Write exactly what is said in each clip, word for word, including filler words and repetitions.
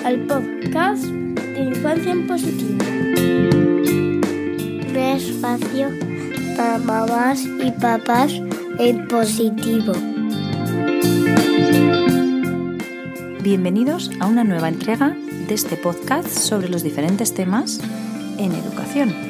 al podcast de Infancia en Positivo. Un espacio para mamás y papás en positivo. Bienvenidos a una nueva entrega de este podcast sobre los diferentes temas en educación.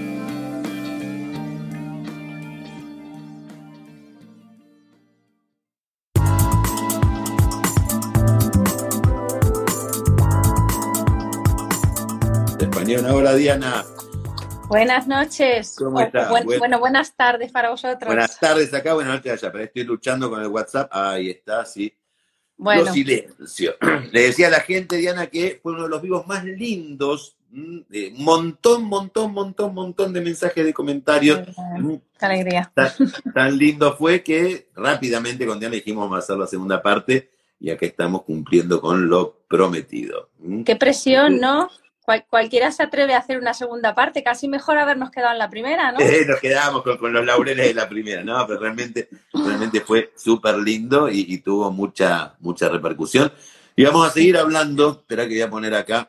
Hola Diana. Buenas noches. ¿Cómo estás? Buen, bueno, buenas tardes para vosotros. Buenas tardes acá, buenas noches allá, pero estoy luchando con el WhatsApp. Ahí está, sí. Bueno. Los silencios. Le decía a la gente, Diana, que fue uno de los vivos más lindos. Un eh, montón, montón, montón, montón de mensajes, de comentarios. Qué, qué alegría. Tan, tan lindo fue que rápidamente con Diana dijimos vamos a hacer la segunda parte y acá estamos cumpliendo con lo prometido. Qué presión, ¿no? Cual, cualquiera se atreve a hacer una segunda parte, casi mejor habernos quedado en la primera, ¿no? Eh, nos quedamos con, con los laureles de la primera, ¿no? Pero realmente, realmente fue súper lindo y, y tuvo mucha, mucha repercusión. Y vamos a seguir hablando, espera que voy a poner acá,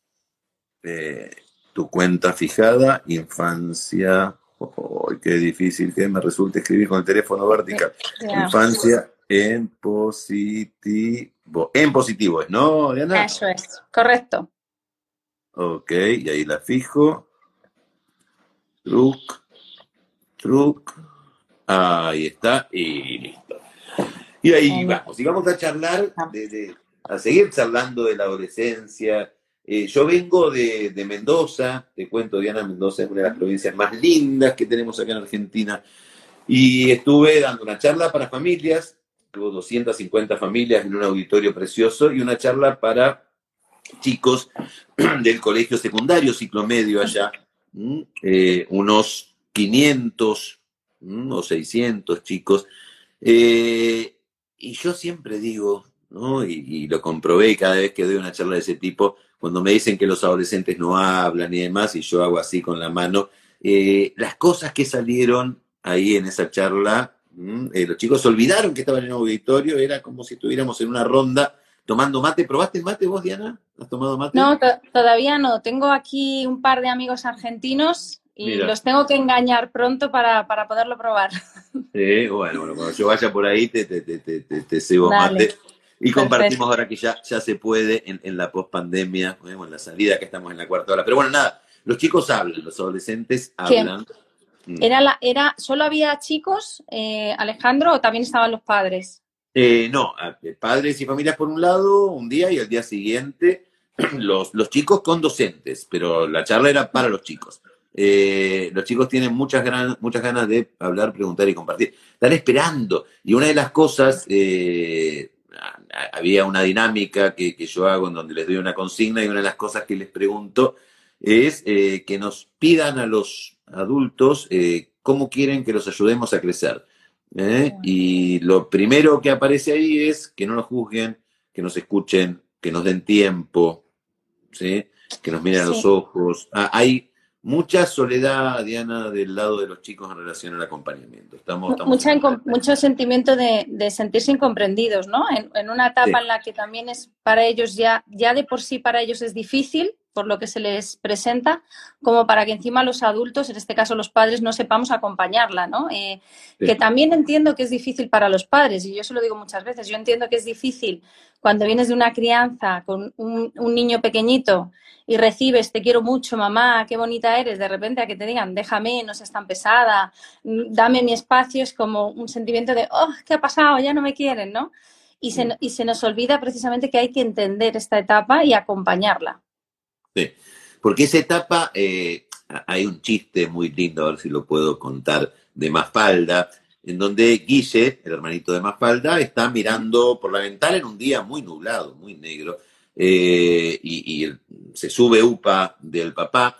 eh, tu cuenta fijada, infancia, oh, qué difícil que me resulta escribir con el teléfono vertical. Yeah. Infancia en positivo, en positivo, ¿no, Diana? Eso es, correcto. Ok, y ahí la fijo. Truc, truc. Ahí está, y listo. Y ahí vamos. Y vamos a charlar, de, de, a seguir charlando de la adolescencia. Eh, yo vengo de, de Mendoza, te cuento, Diana, Mendoza es una de las provincias más lindas que tenemos acá en Argentina. Y estuve dando una charla para familias, tuvo doscientas cincuenta familias en un auditorio precioso, y una charla para chicos del colegio secundario, ciclo medio allá, eh, unos quinientos o seiscientos chicos, eh, y yo siempre digo, ¿no? y, y lo comprobé cada vez que doy una charla de ese tipo, cuando me dicen que los adolescentes no hablan y demás, y yo hago así con la mano, eh, las cosas que salieron ahí en esa charla, eh, los chicos se olvidaron que estaban en un auditorio, era como si estuviéramos en una ronda tomando mate. ¿Probaste el mate vos, Diana? ¿Has tomado mate? No, to- todavía no. Tengo aquí un par de amigos argentinos y Mira. los tengo que engañar pronto para, para poderlo probar. Sí, bueno, bueno, cuando yo vaya por ahí te, te, te, te, te, te cebo mate. Y compartimos Perfecto. Ahora que ya, ya se puede en, en la pospandemia, ¿eh? En la salida, que estamos en la cuarta hora. Pero bueno, nada, los chicos hablan, los adolescentes hablan. ¿Era la, era, ¿Solo había chicos, eh, Alejandro, o también estaban los padres? Eh, no, padres y familias por un lado, un día, y al día siguiente los, los chicos con docentes, pero la charla era para los chicos. Eh, los chicos tienen muchas, gran, muchas ganas de hablar, preguntar y compartir. Están esperando. Y una de las cosas, eh, había una dinámica que, que yo hago en donde les doy una consigna, y una de las cosas que les pregunto es eh, que nos pidan a los adultos eh, cómo quieren que los ayudemos a crecer. ¿Eh? Y lo primero que aparece ahí es que no nos juzguen, que nos escuchen, que nos den tiempo, ¿sí? Que nos miren sí. a los ojos. Ah, hay mucha soledad, Diana, del lado de los chicos en relación al acompañamiento. Estamos, estamos Mucha incom- mucho sentimiento de, de sentirse incomprendidos, ¿no? En, en una etapa sí. en la que también es para ellos ya, ya de por sí para ellos es difícil, por lo que se les presenta, como para que encima los adultos, en este caso los padres, no sepamos acompañarla, ¿no? Eh, sí. Que también entiendo que es difícil para los padres, y yo se lo digo muchas veces, yo entiendo que es difícil cuando vienes de una crianza con un, un niño pequeñito y recibes, te quiero mucho, mamá, qué bonita eres, de repente a que te digan, déjame, no seas tan pesada, dame mi espacio, es como un sentimiento de, oh, ¿qué ha pasado? Ya no me quieren, ¿no? Y se, y se nos olvida precisamente que hay que entender esta etapa y acompañarla. Sí, porque esa etapa, eh, hay un chiste muy lindo, a ver si lo puedo contar, de Mafalda, en donde Guille, el hermanito de Mafalda, está mirando por la ventana en un día muy nublado, muy negro, eh, y, y se sube Upa del papá,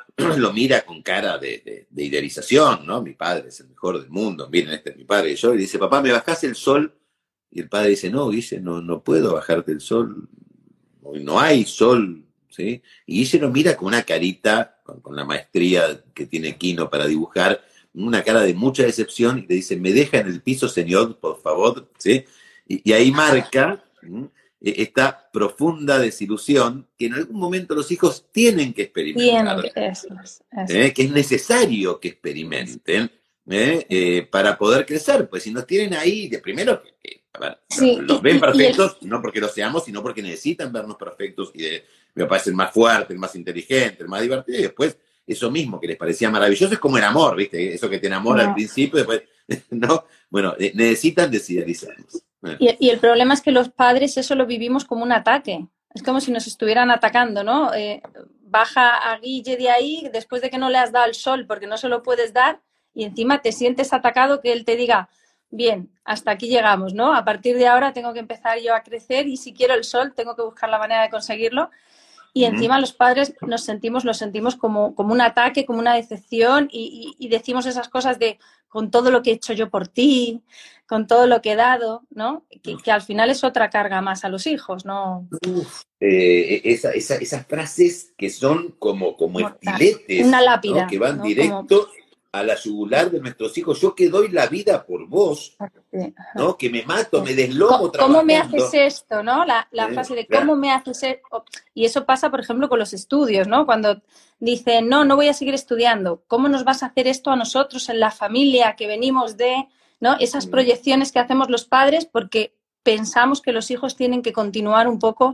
lo mira con cara de, de, de idealización, ¿no? Mi padre es el mejor del mundo, miren, este es mi padre y yo, y dice, papá, ¿me bajás el sol? Y el padre dice, no, Guille, no, no puedo bajarte el sol, hoy no hay sol, ¿sí? Y Guille lo mira con una carita, con, con la maestría que tiene Quino para dibujar, una cara de mucha decepción, y le dice, ¿me deja en el piso, señor, por favor? ¿Sí? Y, y ahí marca, ¿sí? eh, esta profunda desilusión que en algún momento los hijos tienen que experimentar. Bien, eso es, eso. Eh, que es necesario que experimenten eh, eh, para poder crecer. Pues si nos tienen ahí, de primero, eh, a ver, Sí, los, los y- ven y- perfectos, y el... no porque los seamos, sino porque necesitan vernos perfectos y de, me parece el más fuerte, el más inteligente, el más divertido, y después eso mismo que les parecía maravilloso es como el amor, ¿viste? Eso que te enamora No. al principio, después, ¿no? Bueno, eh, necesitan desidealizarnos. Eh. Y, y el problema es que los padres eso lo vivimos como un ataque. Es como si nos estuvieran atacando, ¿no? Eh, baja a Guille de ahí después de que no le has dado el sol porque no se lo puedes dar y encima te sientes atacado que él te diga, bien, hasta aquí llegamos, ¿no? A partir de ahora tengo que empezar yo a crecer y si quiero el sol tengo que buscar la manera de conseguirlo. Y encima los padres nos sentimos, lo sentimos como, como un ataque, como una decepción y, y, y decimos esas cosas de con todo lo que he hecho yo por ti, con todo lo que he dado, ¿no? Que, que al final es otra carga más a los hijos, ¿no? Uf, eh, esa, esa, esas frases que son como, como Mortal. estiletes, Una lápida, ¿no? Que van ¿no? directo Como... a la yugular de nuestros hijos. Yo que doy la vida por vos, ¿no? Que me mato, me deslomo ¿Cómo, ¿Cómo me trabajando. haces esto, no? La, la Eh, frase de claro. ¿cómo me haces esto? Y eso pasa, por ejemplo, con los estudios, ¿no? Cuando dicen, no, no voy a seguir estudiando. ¿Cómo nos vas a hacer esto a nosotros en la familia que venimos de, ¿no? Esas Mm. proyecciones que hacemos los padres porque pensamos que los hijos tienen que continuar un poco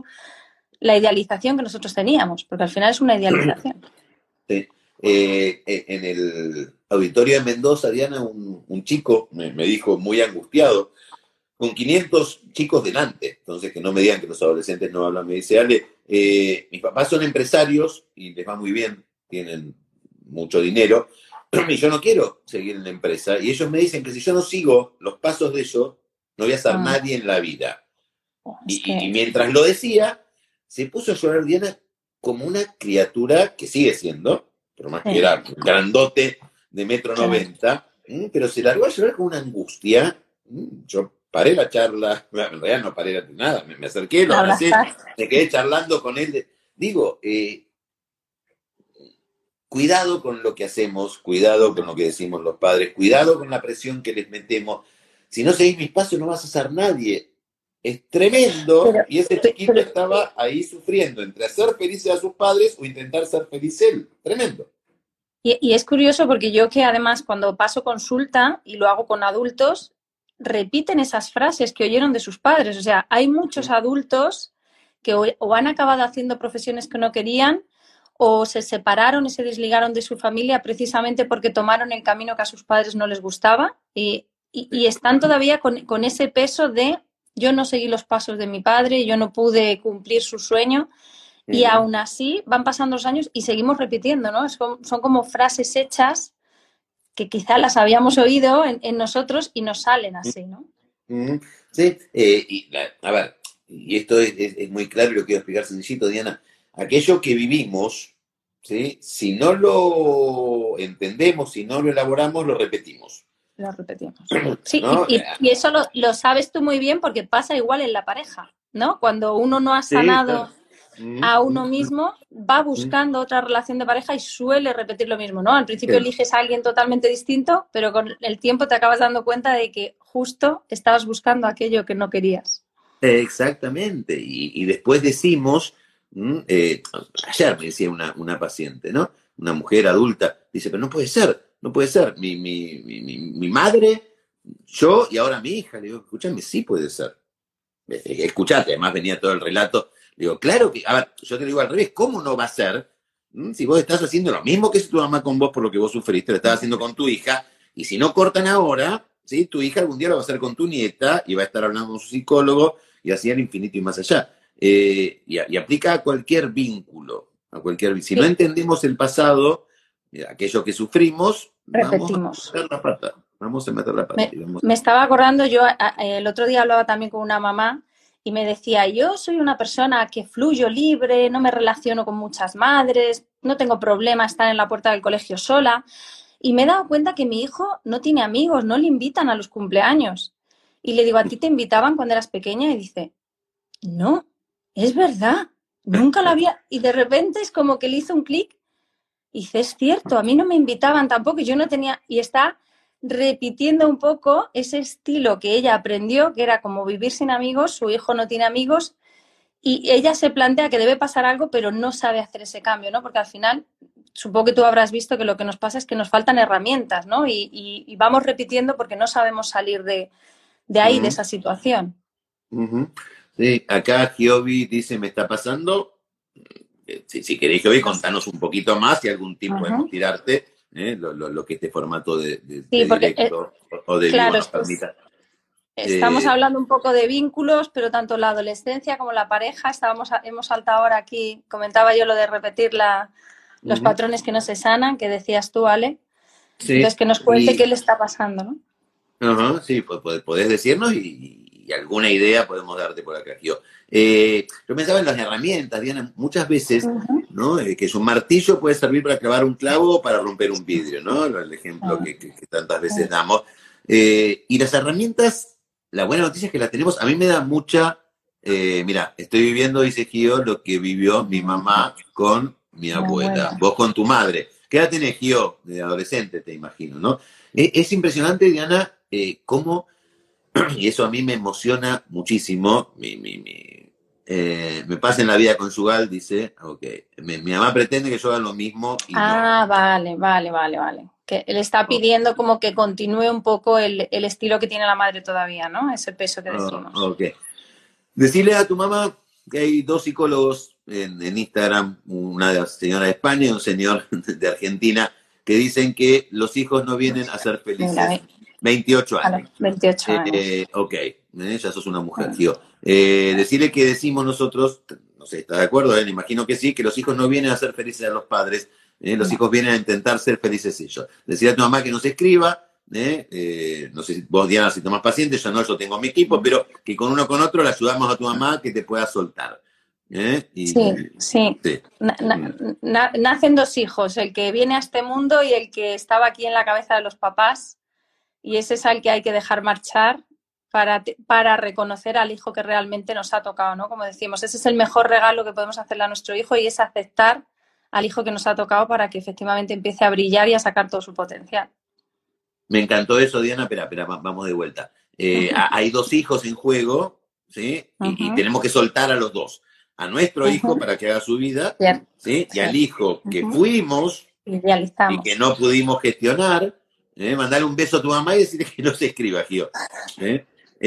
la idealización que nosotros teníamos, porque al final es una idealización. Sí. Eh, eh, en el auditorio de Mendoza, Diana, un, un chico me, me dijo muy angustiado, con quinientos chicos delante, entonces que no me digan que los adolescentes no hablan, me dice, Ale, eh, mis papás son empresarios y les va muy bien, tienen mucho dinero, y yo no quiero seguir en la empresa, y ellos me dicen que si yo no sigo los pasos de ellos, no voy a ser Ah. nadie en la vida. Es Y, que- y mientras lo decía, se puso a llorar Diana como una criatura que sigue siendo, por más que Sí. era un grandote de metro Claro. noventa, ¿m? Pero se largó a llorar con una angustia. ¿m? Yo paré la charla, en realidad no paré nada, me, me acerqué, lo La abracé, abrazaste. me quedé charlando con él. de- digo, eh, cuidado con lo que hacemos, cuidado con lo que decimos los padres, cuidado con la presión que les metemos. Si no seguís mis pasos no vas a ser nadie. Es tremendo. Pero- y ese chiquito pero- estaba ahí sufriendo entre hacer felices a sus padres o intentar ser feliz él. Tremendo. Y, y es curioso porque yo que además cuando paso consulta y lo hago con adultos, repiten esas frases que oyeron de sus padres. O sea, hay muchos adultos que o, o han acabado haciendo profesiones que no querían o se separaron y se desligaron de su familia precisamente porque tomaron el camino que a sus padres no les gustaba y, y- y están todavía con, con ese peso de yo no seguí los pasos de mi padre, yo no pude cumplir su sueño. Y Ujú. aún así van pasando los años y seguimos repitiendo, ¿no? Son, son como frases hechas que quizá las habíamos oído en, en nosotros y nos salen así, ¿no? Ujú. Sí, eh, y, la- a ver, y esto es, es- es muy claro y lo quiero explicar sencillito, Diana. Aquello que vivimos, ¿sí? Si no lo entendemos, si no lo elaboramos, lo repetimos. Lo repetimos. Sí, ¿No? y, y- y eso lo, lo sabes tú muy bien porque pasa igual en la pareja, ¿no? Cuando uno no ha Sí, sanado claro. a uno mismo, va buscando otra relación de pareja y suele repetir lo mismo, ¿no? Al principio Sí. eliges a alguien totalmente distinto, pero con el tiempo te acabas dando cuenta de que justo estabas buscando aquello que no querías. Exactamente. Y, y después decimos, ¿m? Eh, ayer me decía una, una paciente, ¿no? Una mujer adulta, dice, pero no puede ser, no puede ser. Mi, mi, mi, mi, mi madre, yo y ahora mi hija. Le digo, escúchame, sí puede ser. Escuchate, además venía todo el relato. Le digo, claro que, a ver, yo te digo al revés, ¿cómo no va a ser? ¿m? Si vos estás haciendo lo mismo que hizo tu mamá con vos por lo que vos sufriste, lo estás haciendo con tu hija, y si no cortan ahora, ¿sí? Tu hija algún día lo va a hacer con tu nieta y va a estar hablando con su psicólogo y así al infinito y más allá. Eh, y, y aplica a cualquier vínculo, a cualquier Si Sí. no entendemos el pasado, eh, aquello que sufrimos, Repetimos. vamos a meter la pata. Vamos a meter la pata. Me, digamos. me estaba acordando, yo a- a- el otro día hablaba también con una mamá y me decía, yo soy una persona que fluyo libre, no me relaciono con muchas madres, no tengo problema estar en la puerta del colegio sola. Y me he dado cuenta que mi hijo no tiene amigos, no le invitan a los cumpleaños. Y le digo, ¿a ti te invitaban cuando eras pequeña? Y dice, no, es verdad, nunca lo había. Y de repente es como que le hizo un clic y dice, es cierto, a mí no me invitaban tampoco, y yo no tenía. Y está repitiendo un poco ese estilo que ella aprendió, que era como vivir sin amigos, su hijo no tiene amigos, y ella se plantea que debe pasar algo, pero no sabe hacer ese cambio, ¿no? Porque al final, supongo que tú habrás visto que lo que nos pasa es que nos faltan herramientas, ¿no? Y, y, y vamos repitiendo porque no sabemos salir de, de ahí, uh-huh. de esa situación. Uh-huh. Sí, acá Giovi dice, me está pasando. Si, si queréis, Giovi, contanos un poquito más, si algún tip uh-huh. podemos tirarte, ¿eh? lo, lo, lo que este formato de, de, sí, de porque, directo eh, o de claro, vivo nos permita. Estamos eh, hablando un poco de vínculos, pero tanto la adolescencia como la pareja, estábamos, hemos saltado ahora aquí, comentaba yo lo de repetir la, los uh-huh. patrones que no se sanan, que decías tú, Ale. Sí. Entonces, que nos cuente y... qué le está pasando, ¿no? Uh-huh, sí, pues podés decirnos y, y alguna idea podemos darte por acá, Gio. Eh, yo pensaba en las herramientas, Diana, muchas veces, uh-huh. ¿no? Eh, que es un martillo puede servir para clavar un clavo o para romper un vidrio, ¿no? El ejemplo uh-huh. que, que, que tantas veces uh-huh. damos. Eh, y las herramientas... La buena noticia es que la tenemos. A mí me da mucha... Eh, mira, estoy viviendo, dice Gio, lo que vivió mi mamá con mi abuela. Vos con tu madre. ¿Qué edad tenés, Gio? De adolescente, te imagino, ¿no? Es, es impresionante, Diana, eh, cómo... Y eso a mí me emociona muchísimo. Mi, mi, mi, eh, me pasa en la vida conyugal, dice... Ok, mi, mi mamá pretende que yo haga lo mismo y Ah, no. vale, vale, vale, vale. Que él está pidiendo oh. como que continúe un poco el, el estilo que tiene la madre todavía, ¿no? Ese peso que decimos. Oh, ok. Decirle a tu mamá que hay dos psicólogos en, en Instagram, una señora de España y un señor de Argentina, que dicen que los hijos no vienen a ser felices. Mira, veintiocho años. veintiocho años. Eh, ok, eh, ya sos una mujer, tío. Eh, decirle que decimos nosotros, no sé, ¿estás de acuerdo? Eh? Me imagino que sí, que los hijos no vienen a ser felices a los padres. Eh, los hijos vienen a intentar ser felices ellos. Decirle a tu mamá que nos escriba, eh, eh, no sé si vos, Diana, si tomás paciente, yo no, yo tengo mi equipo, pero que con uno con otro le ayudamos a tu mamá que te pueda soltar. Eh, y, sí, sí. sí. Na, na, na, nacen dos hijos, el que viene a este mundo y el que estaba aquí en la cabeza de los papás, y ese es al que hay que dejar marchar para, para reconocer al hijo que realmente nos ha tocado, ¿no? Como decimos, ese es el mejor regalo que podemos hacerle a nuestro hijo y es aceptar al hijo que nos ha tocado para que efectivamente empiece a brillar y a sacar todo su potencial. Me encantó eso, Diana, espera, espera, vamos de vuelta. Eh, uh-huh. Hay dos hijos en juego, ¿sí? Uh-huh. Y, y tenemos que soltar a los dos. A nuestro uh-huh. hijo para que haga su vida, yeah. ¿sí? Y sí. al hijo que uh-huh. fuimos y que no pudimos gestionar, ¿eh? Mandarle un beso a tu mamá y decirle que no se escriba, Gio. ¿Eh?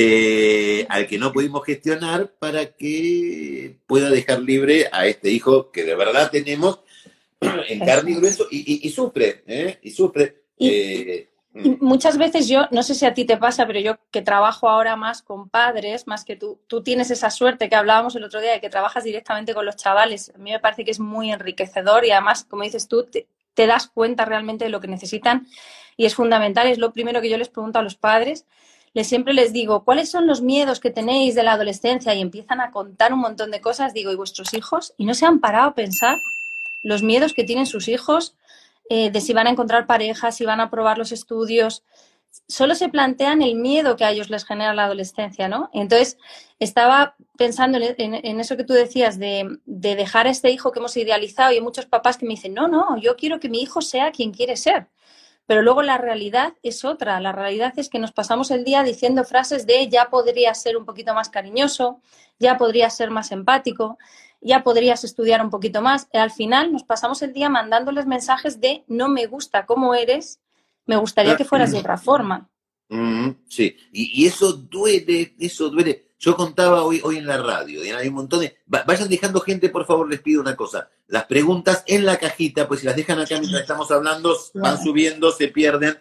Eh, al que no pudimos gestionar para que pueda dejar libre a este hijo que de verdad tenemos en carne y grueso y, y, y sufre, ¿eh? Y sufre. Y, eh, y muchas veces yo, no sé si a ti te pasa, pero yo que trabajo ahora más con padres, más que tú, tú tienes esa suerte que hablábamos el otro día de que trabajas directamente con los chavales. A mí me parece que es muy enriquecedor y además, como dices tú, te, te das cuenta realmente de lo que necesitan y es fundamental. Es lo primero que yo les pregunto a los padres. Les siempre les digo, ¿cuáles son los miedos que tenéis de la adolescencia? Y empiezan a contar un montón de cosas. Digo, ¿y vuestros hijos? Y no se han parado a pensar los miedos que tienen sus hijos, eh, de si van a encontrar pareja, si van a aprobar los estudios. Solo se plantean el miedo que a ellos les genera la adolescencia, ¿no? Entonces, estaba pensando en, en, en eso que tú decías de, de dejar a este hijo que hemos idealizado y hay muchos papás que me dicen, no, no, yo quiero que mi hijo sea quien quiere ser. Pero luego la realidad es otra. La realidad es que nos pasamos el día diciendo frases de ya podría ser un poquito más cariñoso, ya podría ser más empático, ya podrías estudiar un poquito más. Al final nos pasamos el día mandándoles mensajes de no me gusta cómo eres, me gustaría que fueras de otra forma. Mm, sí, y, y eso duele, eso duele. Yo contaba hoy, hoy en la radio, hay un montón de... Vayan dejando gente, por favor, les pido una cosa. Las preguntas en la cajita, pues si las dejan acá mientras estamos hablando, van subiendo, se pierden.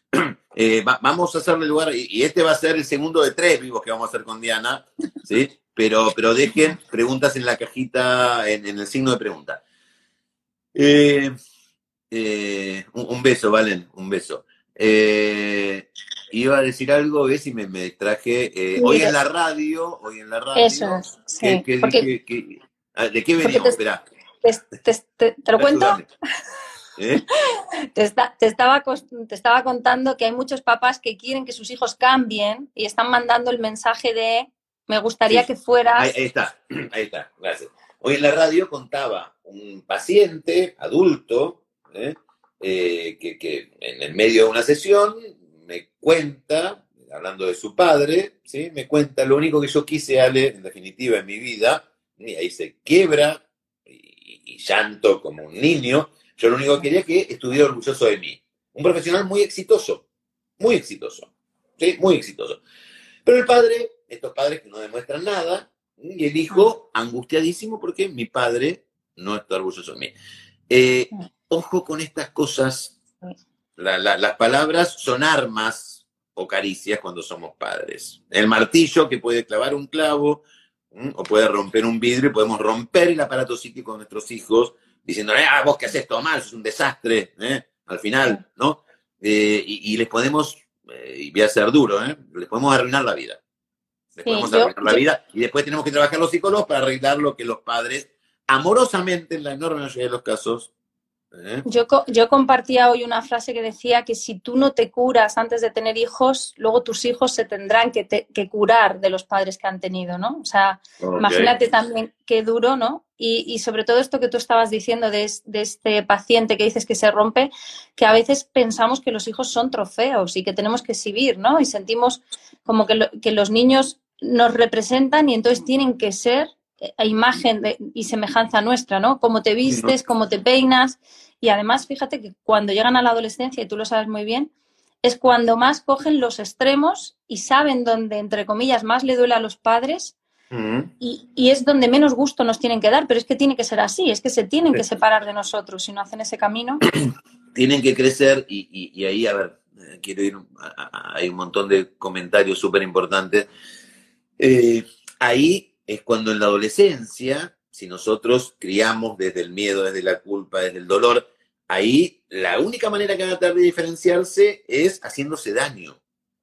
Eh, va, vamos a hacerle lugar, y, y este va a ser el segundo de tres vivos que vamos a hacer con Diana, ¿sí? Pero, pero dejen preguntas en la cajita, en, en el signo de pregunta. Eh, eh, un, un beso, Valen, un beso. Eh, iba a decir algo, ves si me, me distraje. Eh, sí, hoy en la radio, hoy en la radio. Eso es, sí. Que, porque, que, que, que, ¿de qué veníamos? Espera. Te, te, te, ¿Te lo cuento? ¿Eh? Te, está, te, estaba, te estaba contando que hay muchos papás que quieren que sus hijos cambien y están mandando el mensaje de me gustaría sí, que fueras... Ahí, ahí está, ahí está, gracias. Hoy en la radio contaba un paciente adulto, ¿eh? Eh, que, que en el medio de una sesión me cuenta, hablando de su padre, ¿sí? Me cuenta, lo único que yo quise, Ale, en definitiva, en mi vida, y ahí se quiebra, y, y llanto como un niño. Yo lo único que quería es que estuviera orgulloso de mí. Un profesional muy exitoso, muy exitoso, ¿sí? Muy exitoso. Pero el padre, estos padres que no demuestran nada, y el hijo angustiadísimo porque mi padre no está orgulloso de mí. Eh, ojo con estas cosas. La, la, las palabras son armas o caricias cuando somos padres. El martillo que puede clavar un clavo, ¿m? O puede romper un vidrio, y podemos romper el aparato psíquico de nuestros hijos diciendo, ah, vos que haces todo mal, es un desastre, ¿eh? Al final, ¿no? Eh, y, y les podemos, eh, y voy a ser duro, ¿eh? Les podemos arruinar la vida. Les podemos sí, arruinar yo, la yo... vida, y después tenemos que trabajar los psicólogos para arreglar lo que los padres, amorosamente, en la enorme mayoría de los casos, ¿eh? Yo, yo compartía hoy una frase que decía que si tú no te curas antes de tener hijos, luego tus hijos se tendrán que, te, que curar de los padres que han tenido, ¿no? O sea, okay. Imagínate también qué duro, ¿no? Y, y sobre todo esto que tú estabas diciendo de, de este paciente que dices que se rompe, que a veces pensamos que los hijos son trofeos y que tenemos que exhibir, ¿no? Y sentimos como que, lo, que los niños nos representan y entonces tienen que ser a imagen de, y semejanza nuestra, ¿no? Cómo te vistes, cómo te peinas. Y además, fíjate que cuando llegan a la adolescencia, y tú lo sabes muy bien, es cuando más cogen los extremos y saben dónde, entre comillas, más le duele a los padres uh-huh. y, y es donde menos gusto nos tienen que dar. Pero es que tiene que ser así, es que se tienen sí. que separar de nosotros si no hacen ese camino. Tienen que crecer y, y, y ahí, a ver, quiero ir, a, a, hay un montón de comentarios súper importantes. Eh, ahí es cuando en la adolescencia, si nosotros criamos desde el miedo, desde la culpa, desde el dolor, ahí la única manera que van a tratar de diferenciarse es haciéndose daño.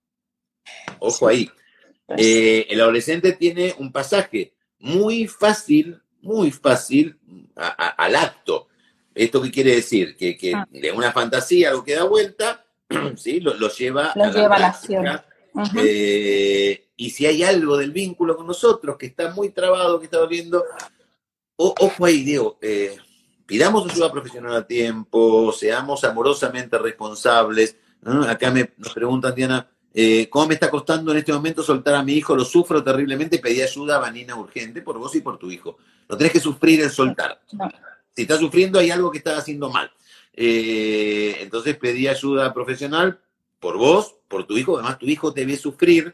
Ojo ahí. Eh, el adolescente tiene un pasaje muy fácil, muy fácil a, a, al acto. ¿Esto qué quiere decir? Que, que ah. de una fantasía, algo que da vuelta, ¿sí? lo, lo lleva lo a lleva la, la acción. Uh-huh. Eh, y si hay algo del vínculo con nosotros que está muy trabado, que está doliendo, o, ojo ahí, Diego, eh, pidamos ayuda profesional a tiempo, seamos amorosamente responsables. ¿No? Acá me, nos preguntan, Diana, eh, ¿cómo me está costando en este momento soltar a mi hijo? Lo sufro terriblemente, pedí ayuda a Vanina urgente por vos y por tu hijo. No tenés que sufrir el soltar. No. Si estás sufriendo, hay algo que estás haciendo mal. Eh, entonces pedí ayuda profesional por vos, por tu hijo. Además, tu hijo te ve sufrir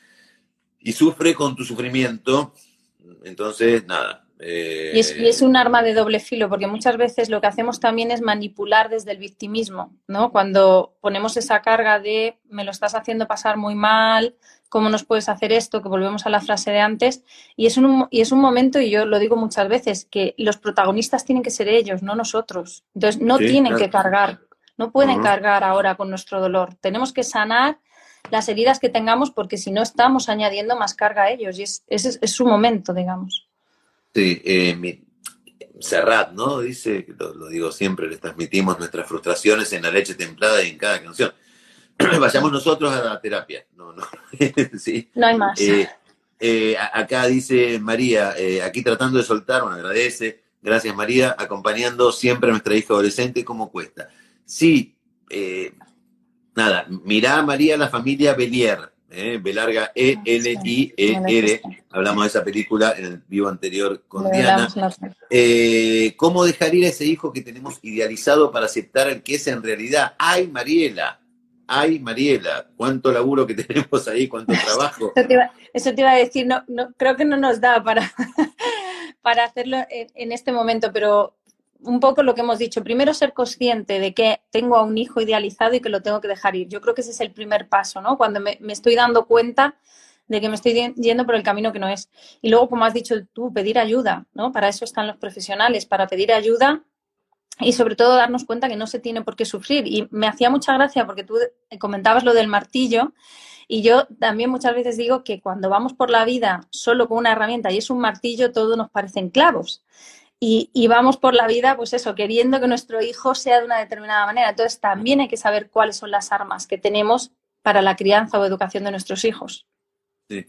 y sufre con tu sufrimiento. Entonces, nada. Eh... Y, es, y es un arma de doble filo, porque muchas veces lo que hacemos también es manipular desde el victimismo, ¿no? Cuando ponemos esa carga de me lo estás haciendo pasar muy mal, ¿cómo nos puedes hacer esto? Que volvemos a la frase de antes. Y es un, y es un momento, y yo lo digo muchas veces, que los protagonistas tienen que ser ellos, no nosotros. Entonces, no sí, tienen claro. que cargar, no pueden uh-huh. cargar ahora con nuestro dolor. Tenemos que sanar las heridas que tengamos, porque si no estamos añadiendo más carga a ellos. Y es, es, es su momento, digamos. Sí, eh, mi, Serrat, ¿no? Dice, lo, lo digo siempre, les transmitimos nuestras frustraciones en la leche templada y en cada canción. Vayamos nosotros a la terapia. No, no. sí. No hay más. Eh, eh, acá dice María, eh, aquí tratando de soltar, bueno, agradece. Gracias, María, acompañando siempre a nuestra hija adolescente, ¿cómo cuesta? Sí, eh, nada, mirá, María, la familia Belier. Eh, B larga E L I E R, hablamos de esa película en el vivo anterior con Diana. Eh, ¿Cómo dejar ir a ese hijo que tenemos idealizado para aceptar el que es en realidad? ¡Ay, Mariela! ¡Ay, Mariela! ¿Cuánto laburo que tenemos ahí? ¿Cuánto trabajo? Eso te iba, eso te iba a decir, no, no, creo que no nos da para, para hacerlo en, en este momento, pero un poco lo que hemos dicho. Primero, ser consciente de que tengo a un hijo idealizado y que lo tengo que dejar ir. Yo creo que ese es el primer paso, ¿no? Cuando me, me estoy dando cuenta de que me estoy yendo por el camino que no es. Y luego, como has dicho tú, pedir ayuda, ¿no? Para eso están los profesionales, para pedir ayuda y sobre todo darnos cuenta que no se tiene por qué sufrir. Y me hacía mucha gracia porque tú comentabas lo del martillo y yo también muchas veces digo que cuando vamos por la vida solo con una herramienta y es un martillo, todo nos parecen clavos. Y, y vamos por la vida, pues eso, queriendo que nuestro hijo sea de una determinada manera. Entonces, también hay que saber cuáles son las armas que tenemos para la crianza o educación de nuestros hijos. Sí.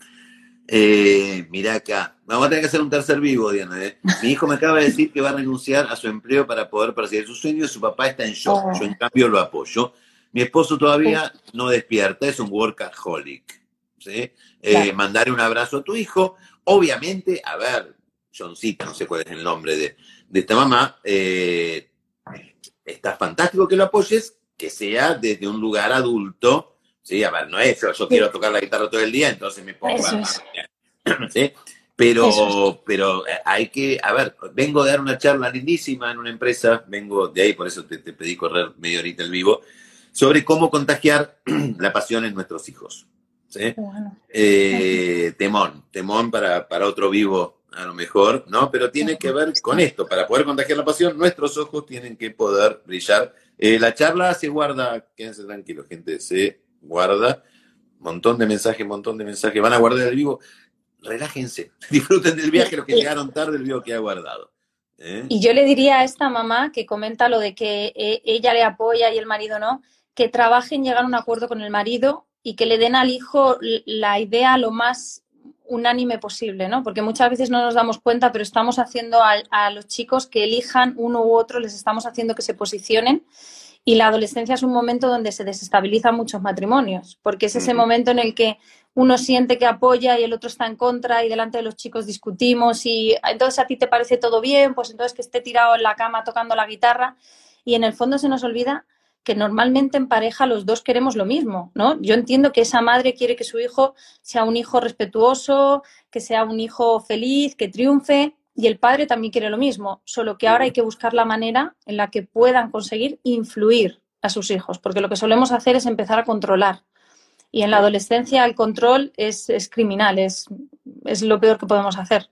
Eh, mira acá, vamos a tener que hacer un tercer vivo, Diana. ¿eh? Mi hijo me acaba de decir que va a renunciar a su empleo para poder perseguir sus sueños. Su papá está en shock. Oh. Yo, en cambio, lo apoyo. Mi esposo todavía sí. no despierta, es un workaholic. ¿Sí? Eh, claro. Mandarle un abrazo a tu hijo. Obviamente, a ver... Johncita, no sé cuál es el nombre de, de esta mamá, eh, está fantástico que lo apoyes, que sea desde un lugar adulto, ¿sí? A ver, no es yo, yo quiero tocar la guitarra todo el día, entonces me pongo Eso a... es. ¿Sí? Pero, Eso es. pero hay que, a ver, vengo de dar una charla lindísima en una empresa, vengo de ahí, por eso te, te pedí correr media horita el vivo, sobre cómo contagiar la pasión en nuestros hijos. ¿Sí? Bueno. Eh, temón, temón para, para otro vivo a lo mejor, ¿no? Pero tiene que ver con esto, para poder contagiar la pasión, nuestros ojos tienen que poder brillar. Eh, la charla se guarda, quédense tranquilos, gente, se guarda, montón de mensajes, montón de mensajes, van a guardar el vivo. Relájense, disfruten del viaje, los que llegaron tarde, el vivo que ha guardado. ¿Eh? Y yo le diría a esta mamá que comenta lo de que eh, ella le apoya y el marido no, que trabaje en llegar a un acuerdo con el marido y que le den al hijo la idea lo más unánime posible, ¿no? Porque muchas veces no nos damos cuenta, pero estamos haciendo a, a los chicos que elijan uno u otro, les estamos haciendo que se posicionen. Y la adolescencia es un momento donde se desestabilizan muchos matrimonios, porque es ese uh-huh. momento en el que uno siente que apoya y el otro está en contra y delante de los chicos discutimos y entonces a ti te parece todo bien, pues entonces que esté tirado en la cama tocando la guitarra y en el fondo se nos olvida que normalmente en pareja los dos queremos lo mismo, ¿no? Yo entiendo que esa madre quiere que su hijo sea un hijo respetuoso, que sea un hijo feliz, que triunfe. Y el padre también quiere lo mismo, solo que ahora hay que buscar la manera en la que puedan conseguir influir a sus hijos, porque lo que solemos hacer es empezar a controlar. Y en la adolescencia el control es, es criminal, es, es lo peor que podemos hacer.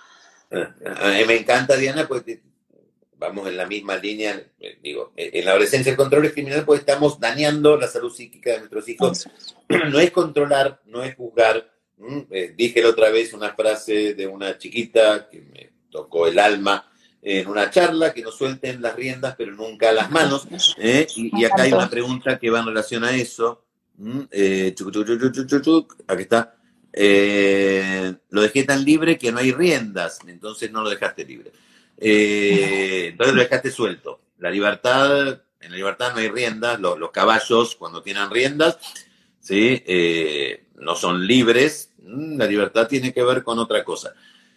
A mí me encanta, Diana, pues vamos en la misma línea. Digo, en la adolescencia el control es criminal porque estamos dañando la salud psíquica de nuestros hijos. No es controlar, no es juzgar. Eh, dije la otra vez una frase de una chiquita que me tocó el alma en una charla, que no suelten las riendas pero nunca las manos, ¿eh? y, y acá hay una pregunta que va en relación a eso. eh, chuc, chuc, chuc, chuc, chuc, chuc, aquí está. Eh, lo dejé tan libre que no hay riendas, entonces no lo dejaste libre, eh, entonces lo dejaste suelto. La libertad, en la libertad no hay riendas. Los, los caballos cuando tienen riendas, ¿sí? eh, no son libres. La libertad tiene que ver con otra cosa.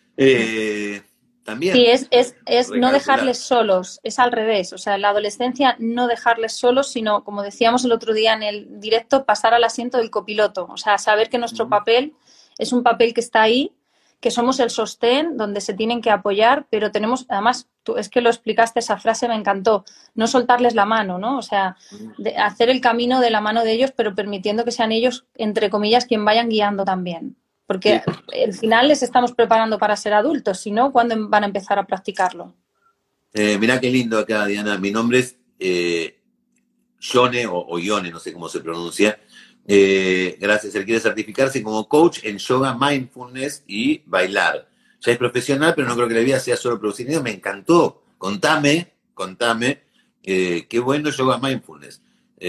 Eh, también. Sí, es, es, es no dejarles solos, es al revés. O sea, en la adolescencia no dejarles solos, sino, como decíamos el otro día en el directo, pasar al asiento del copiloto. O sea, saber que nuestro uh-huh. papel es un papel que está ahí, que somos el sostén donde se tienen que apoyar, pero tenemos, además, tú es que lo explicaste, esa frase me encantó, no soltarles la mano, ¿no? O sea, de hacer el camino de la mano de ellos, pero permitiendo que sean ellos, entre comillas, quien vayan guiando también. Porque sí. al final les estamos preparando para ser adultos, si no, ¿cuándo van a empezar a practicarlo? Eh, mirá qué lindo acá, Diana. Mi nombre es eh, Yone, o, o Yone, no sé cómo se pronuncia. Eh, gracias, él quiere certificarse como coach en yoga, mindfulness y bailar. Ya es profesional, pero no creo que la vida sea solo producir dinero. Me encantó. Contame, contame, eh, qué bueno yoga, mindfulness.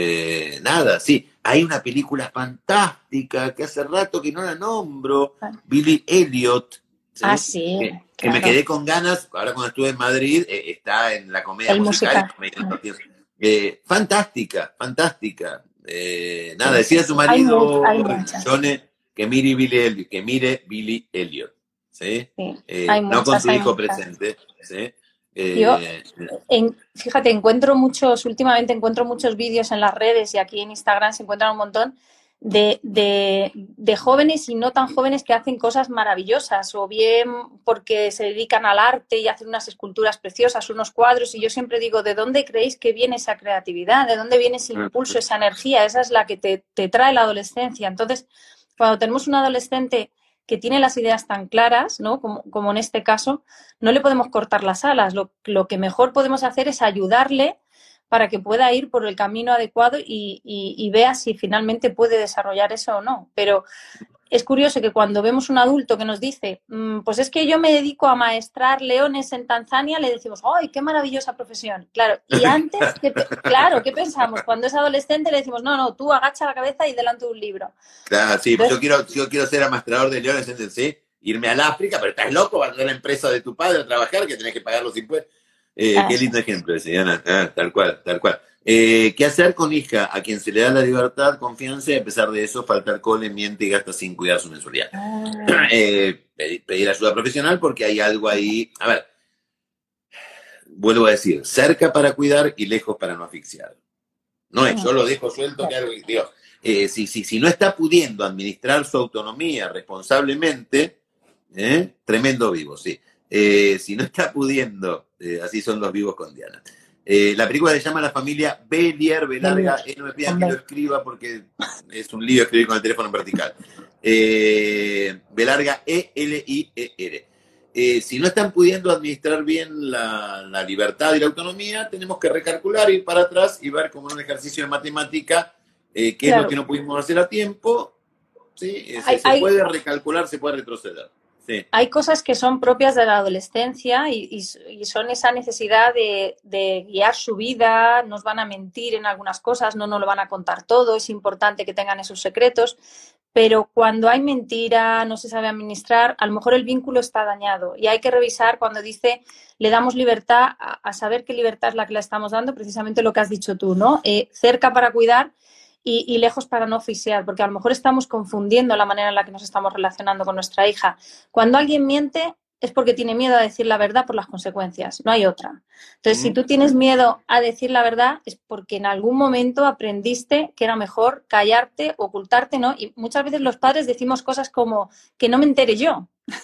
Eh, nada, sí. Hay una película fantástica que hace rato que no la nombro, ah. Billy Elliot. ¿Sí? Ah, sí. Que, claro. que me quedé con ganas, ahora cuando estuve en Madrid, eh, está en la comedia El musical. musical. Eh, fantástica, fantástica. Eh, nada, decir a tu marido, Johnny, que mire Billy Elliot, que mire Billy Elliot, ¿sí? Sí, eh, hay no muchas, con tu hijo muchas. presente, ¿sí? Eh, Yo, en, fíjate, encuentro muchos, últimamente encuentro muchos vídeos en las redes y aquí en Instagram se encuentran un montón de, de, de jóvenes y no tan jóvenes que hacen cosas maravillosas, o bien porque se dedican al arte y hacen unas esculturas preciosas, unos cuadros, y yo siempre digo, ¿de dónde creéis que viene esa creatividad? ¿De dónde viene ese impulso, esa energía? Esa es la que te, te trae la adolescencia. Entonces, cuando tenemos un adolescente que tiene las ideas tan claras, ¿no? Como, como en este caso, no le podemos cortar las alas. Lo, lo que mejor podemos hacer es ayudarle para que pueda ir por el camino adecuado y, y, y vea si finalmente puede desarrollar eso o no. Pero es curioso que cuando vemos un adulto que nos dice, mmm, pues es que yo me dedico a maestrar leones en Tanzania, le decimos, ¡ay, qué maravillosa profesión! Claro, y antes, ¿qué, claro, ¿qué pensamos? Cuando es adolescente le decimos, no, no, tú agacha la cabeza y delante de un libro. Claro, sí, Entonces, yo, quiero, yo quiero ser amastrador de leones, ¿sí? Irme al África, pero estás loco, vas a la empresa de tu padre a trabajar, que tenés que pagar los impuestos. Eh, qué lindo ejemplo ese, Diana, ah, tal cual, tal cual. Eh, ¿Qué hacer con hija a quien se le da la libertad, confianza y a pesar de eso falta al cole, miente y gasta sin cuidar su mensualidad? Ah. Eh, pedir, pedir ayuda profesional porque hay algo ahí. A ver, vuelvo a decir, cerca para cuidar y lejos para no asfixiar. No es, yo lo dejo suelto, que algo, digo, eh, si, si, si no está pudiendo administrar su autonomía responsablemente, ¿eh? Tremendo vivo, sí. Eh, si no está pudiendo, eh, así son los vivos con Diana. Eh, la película se llama La familia Belier, B larga, eh, no me pidan que lo escriba porque es un lío escribir con el teléfono en vertical. Eh, B larga, E L I E R. Eh, si no están pudiendo administrar bien la, la libertad y la autonomía, tenemos que recalcular, ir para atrás y ver como en un ejercicio de matemática eh, qué claro. es lo que no pudimos hacer a tiempo. ¿Sí? Se, hay, se hay... puede recalcular, se puede retroceder. Sí. Hay cosas que son propias de la adolescencia y, y, y son esa necesidad de, de guiar su vida, nos van a mentir en algunas cosas, no nos lo van a contar todo, es importante que tengan esos secretos, pero cuando hay mentira, no se sabe administrar, a lo mejor el vínculo está dañado y hay que revisar cuando dice le damos libertad, a, a saber qué libertad es la que le estamos dando, precisamente lo que has dicho tú, ¿no? Eh, cerca para cuidar Y, y lejos para no asfixiar, porque a lo mejor estamos confundiendo la manera en la que nos estamos relacionando con nuestra hija. Cuando alguien miente es porque tiene miedo a decir la verdad por las consecuencias, no hay otra. Entonces, mm. si tú tienes miedo a decir la verdad es porque en algún momento aprendiste que era mejor callarte, ocultarte, ¿no? Y muchas veces los padres decimos cosas como que no me entere yo.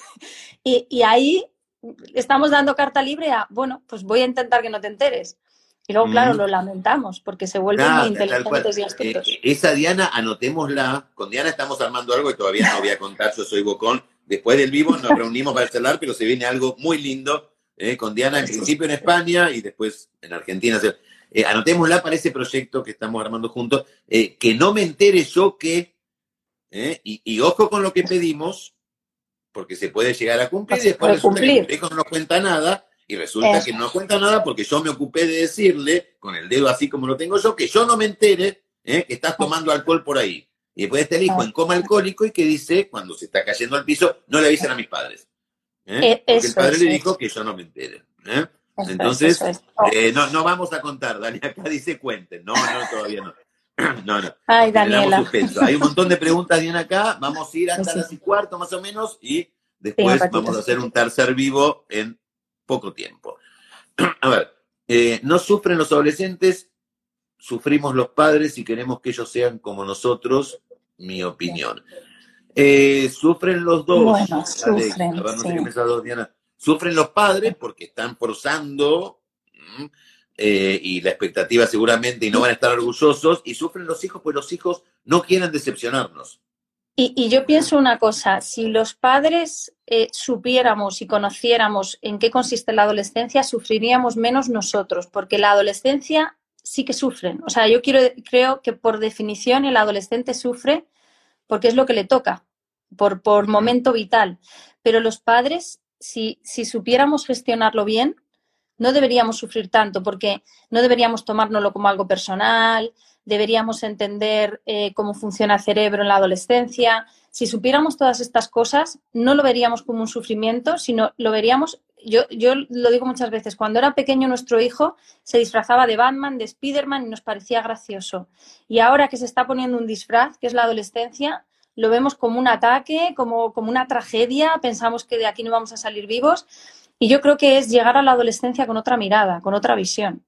y, y ahí estamos dando carta libre a, bueno, pues voy a intentar que no te enteres. Y luego, claro, mm. lo lamentamos porque se vuelven claro, muy inteligentes y astutos. Eh, esa Diana, anotémosla. Con Diana estamos armando algo que todavía no voy a contar. Yo soy Bocón. Después del vivo nos reunimos para charlar, pero se viene algo muy lindo eh, con Diana, en principio en España y después en Argentina. Eh, anotémosla para ese proyecto que estamos armando juntos. Eh, que no me entere yo que... Eh, y, y ojo con lo que pedimos, porque se puede llegar a cumplir. Se y después resulta cumplir. que el hijo no nos cuenta nada. Y resulta Eso. que no cuenta nada porque yo me ocupé de decirle, con el dedo así como lo tengo yo, que yo no me entere ¿eh? que estás tomando alcohol por ahí. Y después está el hijo en coma alcohólico y que dice, cuando se está cayendo al piso, no le avisen a mis padres. ¿eh? Porque eso, el padre eso, le dijo eso. que yo no me entere. ¿eh? Eso, Entonces, eso, eh, no, no vamos a contar. Dani acá dice cuenten. No, no, todavía no. No, no. Ay, Daniela. Hay un montón de preguntas bien acá. Vamos a ir hasta sí. las y cuarto más o menos y después sí, vamos a hacer un tercer vivo en poco tiempo. A ver, eh, no sufren los adolescentes, sufrimos los padres y queremos que ellos sean como nosotros, mi opinión. Eh, sufren los dos. Bueno, sufren, a ver, no sí. sé qué pensás dos, Diana. Sufren los padres porque están forzando eh, y la expectativa seguramente y no van a estar orgullosos, y sufren los hijos pues los hijos no quieren decepcionarnos. Y, y yo pienso una cosa, si los padres eh, supiéramos y conociéramos en qué consiste la adolescencia, sufriríamos menos nosotros, porque la adolescencia sí que sufren. O sea, yo quiero, creo que por definición el adolescente sufre porque es lo que le toca, por, por momento vital. Pero los padres, si, si supiéramos gestionarlo bien, no deberíamos sufrir tanto, porque no deberíamos tomárnoslo como algo personal. Deberíamos entender eh, cómo funciona el cerebro en la adolescencia. Si supiéramos todas estas cosas, no lo veríamos como un sufrimiento, sino lo veríamos, yo, yo lo digo muchas veces, cuando era pequeño nuestro hijo se disfrazaba de Batman, de Spiderman y nos parecía gracioso. Y ahora que se está poniendo un disfraz, que es la adolescencia, lo vemos como un ataque, como, como una tragedia, pensamos que de aquí no vamos a salir vivos. Y yo creo que es llegar a la adolescencia con otra mirada, con otra visión.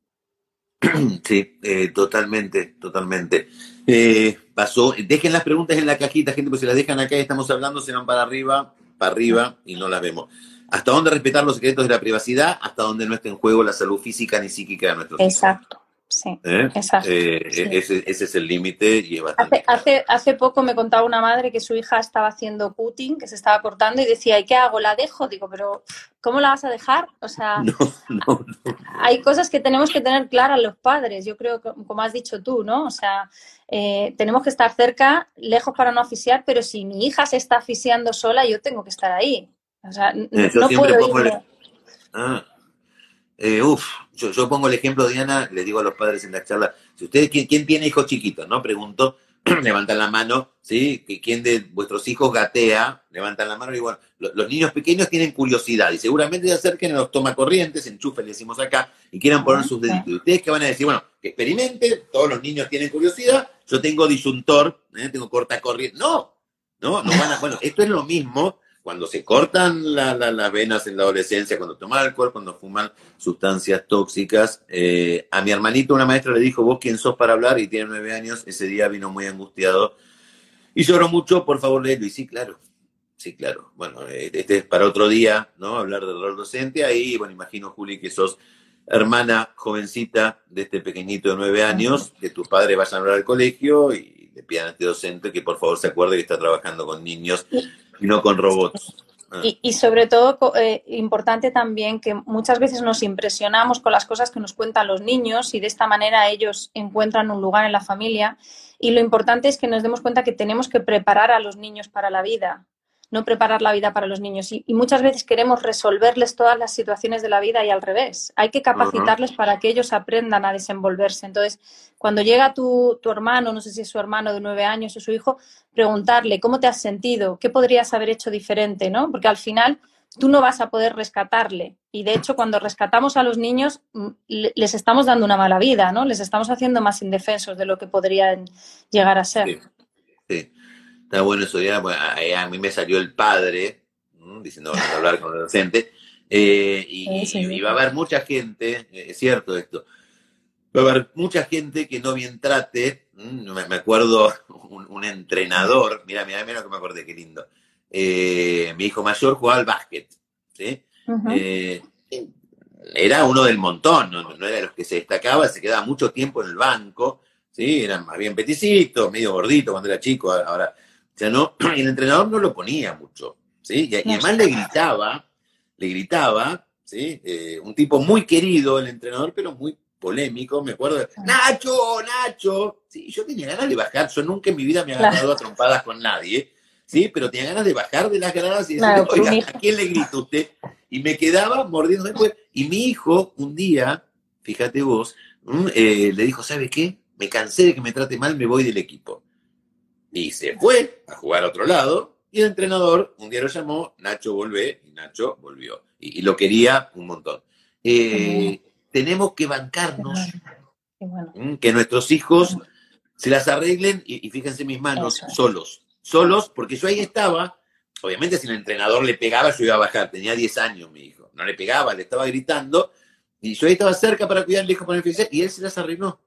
Sí, eh, totalmente, totalmente. Eh, pasó, dejen las preguntas en la cajita, gente, porque si las dejan acá y estamos hablando, se van para arriba, para arriba y no las vemos. ¿Hasta dónde respetar los secretos de la privacidad? Hasta dónde no está en juego la salud física ni psíquica de nuestros hijos. Exacto, sí, ¿Eh? exacto. Eh, sí. Ese, ese es el límite y es bastante. Hace, hace, hace poco me contaba una madre que su hija estaba haciendo cutting, que se estaba cortando y decía, ¿y qué hago? ¿La dejo? Digo, pero ¿cómo la vas a dejar? O sea, no, no, no. Hay cosas que tenemos que tener claras los padres, yo creo, que, como has dicho tú, ¿no? O sea, eh, tenemos que estar cerca, lejos para no asfixiar, pero si mi hija se está asfixiando sola, yo tengo que estar ahí. O sea, eh, no puedo irme. El... Ah. Eh, uf, yo, yo pongo el ejemplo, Diana, les digo a los padres en la charla, si ustedes, ¿quién, quién tiene hijos chiquitos? ¿No? Pregunto, levantan la mano, ¿sí? ¿Quién de vuestros hijos gatea? Levantan la mano y bueno, lo, los niños pequeños tienen curiosidad y seguramente se acerquen a los tomacorrientes, enchufes, le decimos acá, y quieran poner sus deditos. Y ustedes que van a decir, bueno, que experimente, todos los niños tienen curiosidad, yo tengo disyuntor, ¿eh? Tengo cortacorriente. No, no, no van a, bueno, esto es lo mismo cuando se cortan la, la, las venas en la adolescencia, cuando toman alcohol, cuando fuman sustancias tóxicas. Eh, a mi hermanito una maestra le dijo, vos quién sos para hablar, y tiene nueve años, ese día vino muy angustiado y lloró mucho, por favor léelo. Y sí, claro, sí, claro. Bueno, este es para otro día, ¿no? Hablar del rol docente. Ahí, bueno, imagino, Juli, que sos hermana jovencita de este pequeñito de nueve años, que tus padres vayan a hablar al colegio y le pidan a este docente que por favor se acuerde que está trabajando con niños y no con robots. Ah. Y, y sobre todo, eh, importante también que muchas veces nos impresionamos con las cosas que nos cuentan los niños y de esta manera ellos encuentran un lugar en la familia. Y lo importante es que nos demos cuenta que tenemos que preparar a los niños para la vida, no preparar la vida para los niños. Y, y muchas veces queremos resolverles todas las situaciones de la vida y al revés. Hay que capacitarles uh-huh. para que ellos aprendan a desenvolverse. Entonces, cuando llega tu, tu hermano, no sé si es su hermano de nueve años o su hijo, preguntarle cómo te has sentido, qué podrías haber hecho diferente, ¿no? Porque al final tú no vas a poder rescatarle. Y de hecho, cuando rescatamos a los niños, les estamos dando una mala vida, ¿no? Les estamos haciendo más indefensos de lo que podrían llegar a ser. Sí, sí. Está bueno eso, ya, bueno, a, a mí me salió el padre, ¿no? Diciendo, vamos a hablar con el docente, eh, y, sí, sí, y, y va a haber mucha gente, eh, es cierto esto, va a haber mucha gente que no bien trate. Me, me acuerdo un, un entrenador, mira, mira, mira que me acordé, qué lindo. Eh, mi hijo mayor jugaba al básquet, ¿sí? Uh-huh. eh, era uno del montón, no, no era de los que se destacaba, se quedaba mucho tiempo en el banco, ¿sí? Era más bien peticito, medio gordito cuando era chico, ahora, o sea, no, y el entrenador no lo ponía mucho, ¿sí? Y, y además le gritaba, le gritaba, ¿sí? Eh, un tipo muy querido, el entrenador, pero muy polémico, me acuerdo de, ¡Nacho, Nacho! Sí, yo tenía ganas de bajar, yo nunca en mi vida me había agarrado a trompadas con nadie, ¿sí? Pero tenía ganas de bajar de las gradas y decir, claro, oiga, ¿a quién le grita usted? Y me quedaba mordiendo después. Y mi hijo, un día, fíjate vos, eh, le dijo, ¿sabe qué? Me cansé de que me trate mal, me voy del equipo. Y se fue a jugar a otro lado, y el entrenador un día lo llamó, Nacho, volvé, y Nacho volvió. Y, y lo quería un montón. Eh, tenemos que bancarnos, Qué bueno. Qué bueno. que nuestros hijos bueno. se las arreglen, y, y fíjense mis manos, Eso. solos. Solos, porque yo ahí estaba, obviamente si el entrenador le pegaba, yo iba a bajar, tenía diez años mi hijo, no le pegaba, le estaba gritando, y yo ahí estaba cerca para cuidar al hijo con el oficial, y él se las arregló.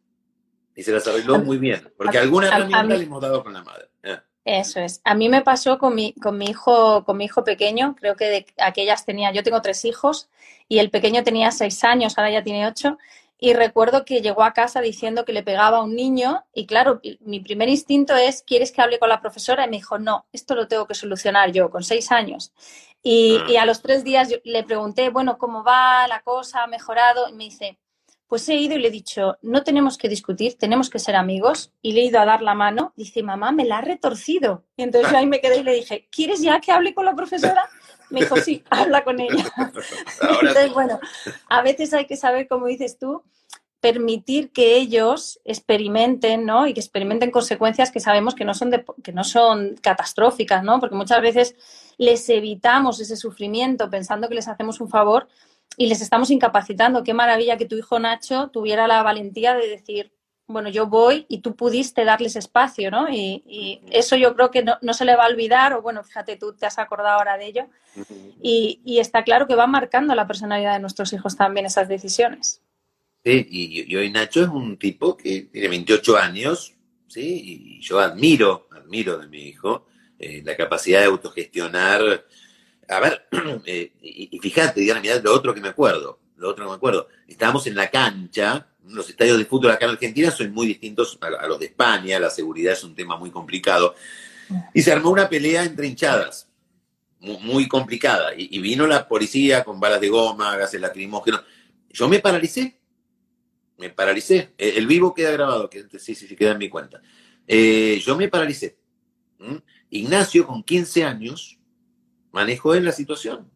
Y se las arregló muy bien, porque a, alguna herramienta a, a mí, le hemos dado con la madre. Eh. Eso es. A mí me pasó con mi, con mi hijo, con mi hijo pequeño, creo que de aquellas tenía, yo tengo tres hijos, y el pequeño tenía seis años, ahora ya tiene ocho, y recuerdo que llegó a casa diciendo que le pegaba a un niño, y claro, mi primer instinto es, ¿quieres que hable con la profesora? Y me dijo, no, esto lo tengo que solucionar yo, con seis años. Y, y a los tres días yo le pregunté, bueno, ¿cómo va la cosa? ¿Ha mejorado? Y me dice, pues he ido y le he dicho, no tenemos que discutir, tenemos que ser amigos. Y le he ido a dar la mano. Dice, mamá, me la ha retorcido. Y entonces yo ahí me quedé y le dije, ¿quieres ya que hable con la profesora? Me dijo, sí, habla con ella. Entonces, bueno, a veces hay que saber, como dices tú, permitir que ellos experimenten, ¿no? Y que experimenten consecuencias que sabemos que no son, de, que no son catastróficas, ¿no? Porque muchas veces les evitamos ese sufrimiento pensando que les hacemos un favor y les estamos incapacitando. Qué maravilla que tu hijo Nacho tuviera la valentía de decir, bueno, yo voy y tú pudiste darles espacio, ¿no? Y, y eso yo creo que no, no se le va a olvidar, o bueno, fíjate, tú te has acordado ahora de ello. Y, y está claro que va marcando la personalidad de nuestros hijos también esas decisiones. Sí, y, y hoy Nacho es un tipo que tiene veintiocho años, ¿sí? Y yo admiro, admiro de mi hijo eh, la capacidad de autogestionar. A ver, eh, y, y fíjate, Diana, mirá lo otro que me acuerdo, lo otro que me acuerdo. Estábamos en la cancha, los estadios de fútbol acá en Argentina son muy distintos a, a los de España, la seguridad es un tema muy complicado. Y se armó una pelea entre hinchadas, muy, muy complicada. Y, y vino la policía con balas de goma, gases lacrimógenos. Yo me paralicé, me paralicé. El, el vivo queda grabado, que sí, sí, sí, queda en mi cuenta. Eh, yo me paralicé. ¿Mm? Ignacio, con quince años, manejó en la situación.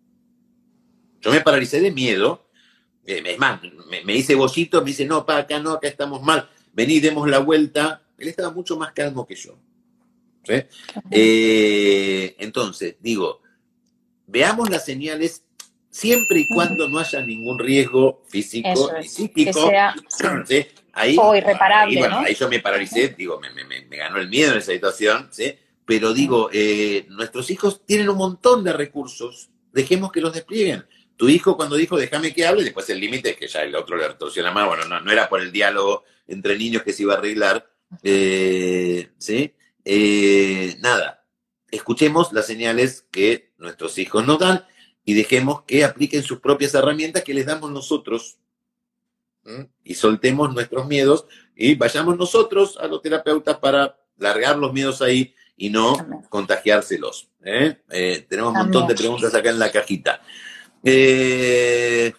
Yo me paralicé de miedo. Es más, me, me hice bollito, me dice, no, pa, acá no, acá estamos mal. Vení, demos la vuelta, él estaba mucho más calmo que yo. ¿Sí? Eh, entonces, digo, veamos las señales siempre y cuando no haya ningún riesgo físico es, y psíquico. Que sea, ¿sí? Ahí, o irreparable, ahí, bueno, ¿no? ahí yo me paralicé, digo, me, me, me ganó el miedo en esa situación, ¿sí? Pero digo, eh, nuestros hijos tienen un montón de recursos, dejemos que los desplieguen. Tu hijo cuando dijo, déjame que hable, después el límite es que ya el otro le retorció la mano, bueno, no, no era por el diálogo entre niños que se iba a arreglar, eh, ¿sí? Eh, nada, escuchemos las señales que nuestros hijos nos dan y dejemos que apliquen sus propias herramientas que les damos nosotros. ¿Mm? Y soltemos nuestros miedos y vayamos nosotros a los terapeutas para largar los miedos ahí y no También. contagiárselos. ¿eh? Eh, tenemos También. un montón de preguntas acá en la cajita. Eh,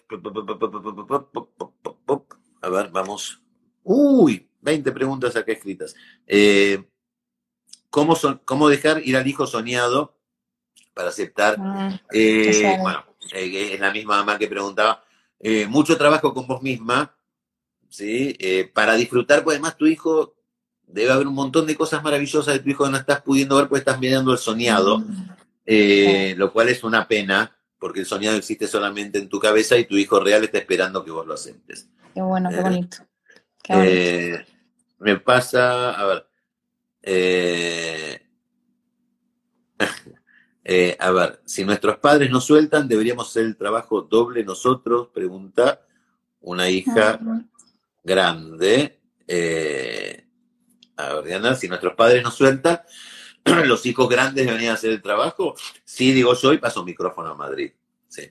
a ver, vamos. Uy, veinte preguntas acá escritas. Eh, ¿cómo, son, ¿Cómo dejar ir al hijo soñado para aceptar? Mm, eh, bueno, eh, es la misma mamá que preguntaba. Eh, mucho trabajo con vos misma, ¿sí? Eh, para disfrutar, pues además tu hijo, debe haber un montón de cosas maravillosas de tu hijo que no estás pudiendo ver, pues estás mirando el soñado, mm. eh, lo cual es una pena, porque el soñado existe solamente en tu cabeza y tu hijo real está esperando que vos lo aceptes. Qué bueno, qué eh, bonito. Qué bonito. Eh, me pasa, a ver, eh, Eh, a ver, si nuestros padres nos sueltan, ¿deberíamos hacer el trabajo doble nosotros? Pregunta una hija uh-huh. grande. Eh, a ver, Diana, si nuestros padres nos sueltan, ¿los hijos grandes deberían hacer el trabajo? Sí, digo yo, y paso micrófono a Madrid. Sí.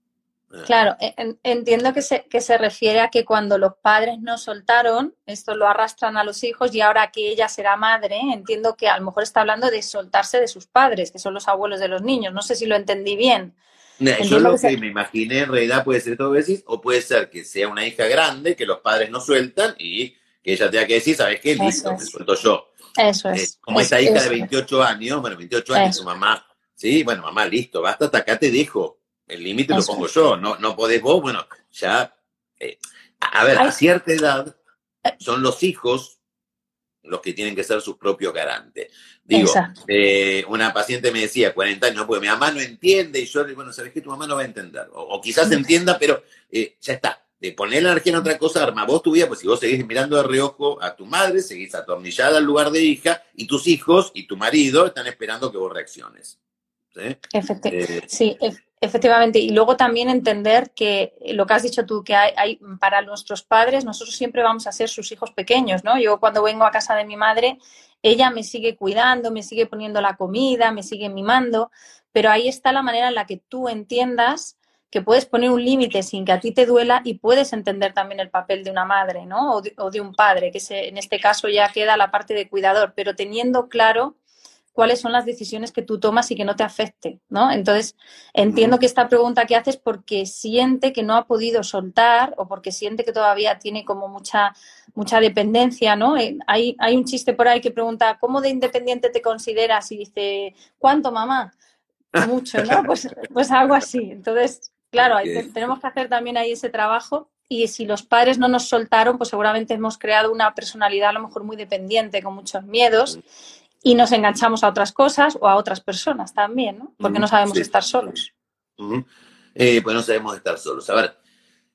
Claro, en, entiendo que se, que se refiere a que cuando los padres no soltaron, esto lo arrastran a los hijos y ahora que ella será madre, entiendo que a lo mejor está hablando de soltarse de sus padres, que son los abuelos de los niños. No sé si lo entendí bien. No, yo lo que, que se... me imaginé en realidad puede ser todo decís, o puede ser que sea una hija grande, que los padres no sueltan y que ella tenga que decir, ¿sabes qué? Listo, me suelto yo. Eso es. Eh, como es, esa hija eso de veintiocho es. años, bueno, veintiocho años, Eso. su mamá, sí, bueno, mamá, listo, basta, hasta acá te dejo. El límite lo pongo yo, no, no podés vos, bueno, ya, eh, a ver, a cierta edad son los hijos los que tienen que ser sus propios garantes. Digo, eh, una paciente me decía, cuarenta años, porque mi mamá no entiende, y yo le digo, bueno, ¿sabes qué? Tu mamá no va a entender, o, o quizás entienda, pero eh, ya está, de poner la energía en otra cosa, arma vos tu vida, pues si vos seguís mirando de reojo a tu madre, seguís atornillada al lugar de hija, y tus hijos y tu marido están esperando que vos reacciones. ¿Sí? Efecti- eh, sí, efectivamente. Y luego también entender que lo que has dicho tú, que hay, hay para nuestros padres, nosotros siempre vamos a ser sus hijos pequeños, ¿no? Yo cuando vengo a casa de mi madre, ella me sigue cuidando, me sigue poniendo la comida, me sigue mimando, pero ahí está la manera en la que tú entiendas que puedes poner un límite sin que a ti te duela y puedes entender también el papel de una madre, ¿no? O de, o de un padre, que se, en este caso ya queda la parte de cuidador, pero teniendo claro cuáles son las decisiones que tú tomas y que no te afecte, ¿no? Entonces, entiendo que esta pregunta que haces porque siente que no ha podido soltar o porque siente que todavía tiene como mucha, mucha dependencia, ¿no? Hay, hay un chiste por ahí que pregunta, ¿cómo de independiente te consideras? Y dice, ¿cuánto, mamá? Mucho, ¿no? Pues, pues algo así. Entonces, claro, okay. hay, tenemos que hacer también ahí ese trabajo y si los padres no nos soltaron, pues seguramente hemos creado una personalidad a lo mejor muy dependiente, con muchos miedos. Y nos enganchamos a otras cosas o a otras personas también, ¿no? Porque no sabemos sí. estar solos. Uh-huh. Eh, pues no sabemos estar solos. A ver,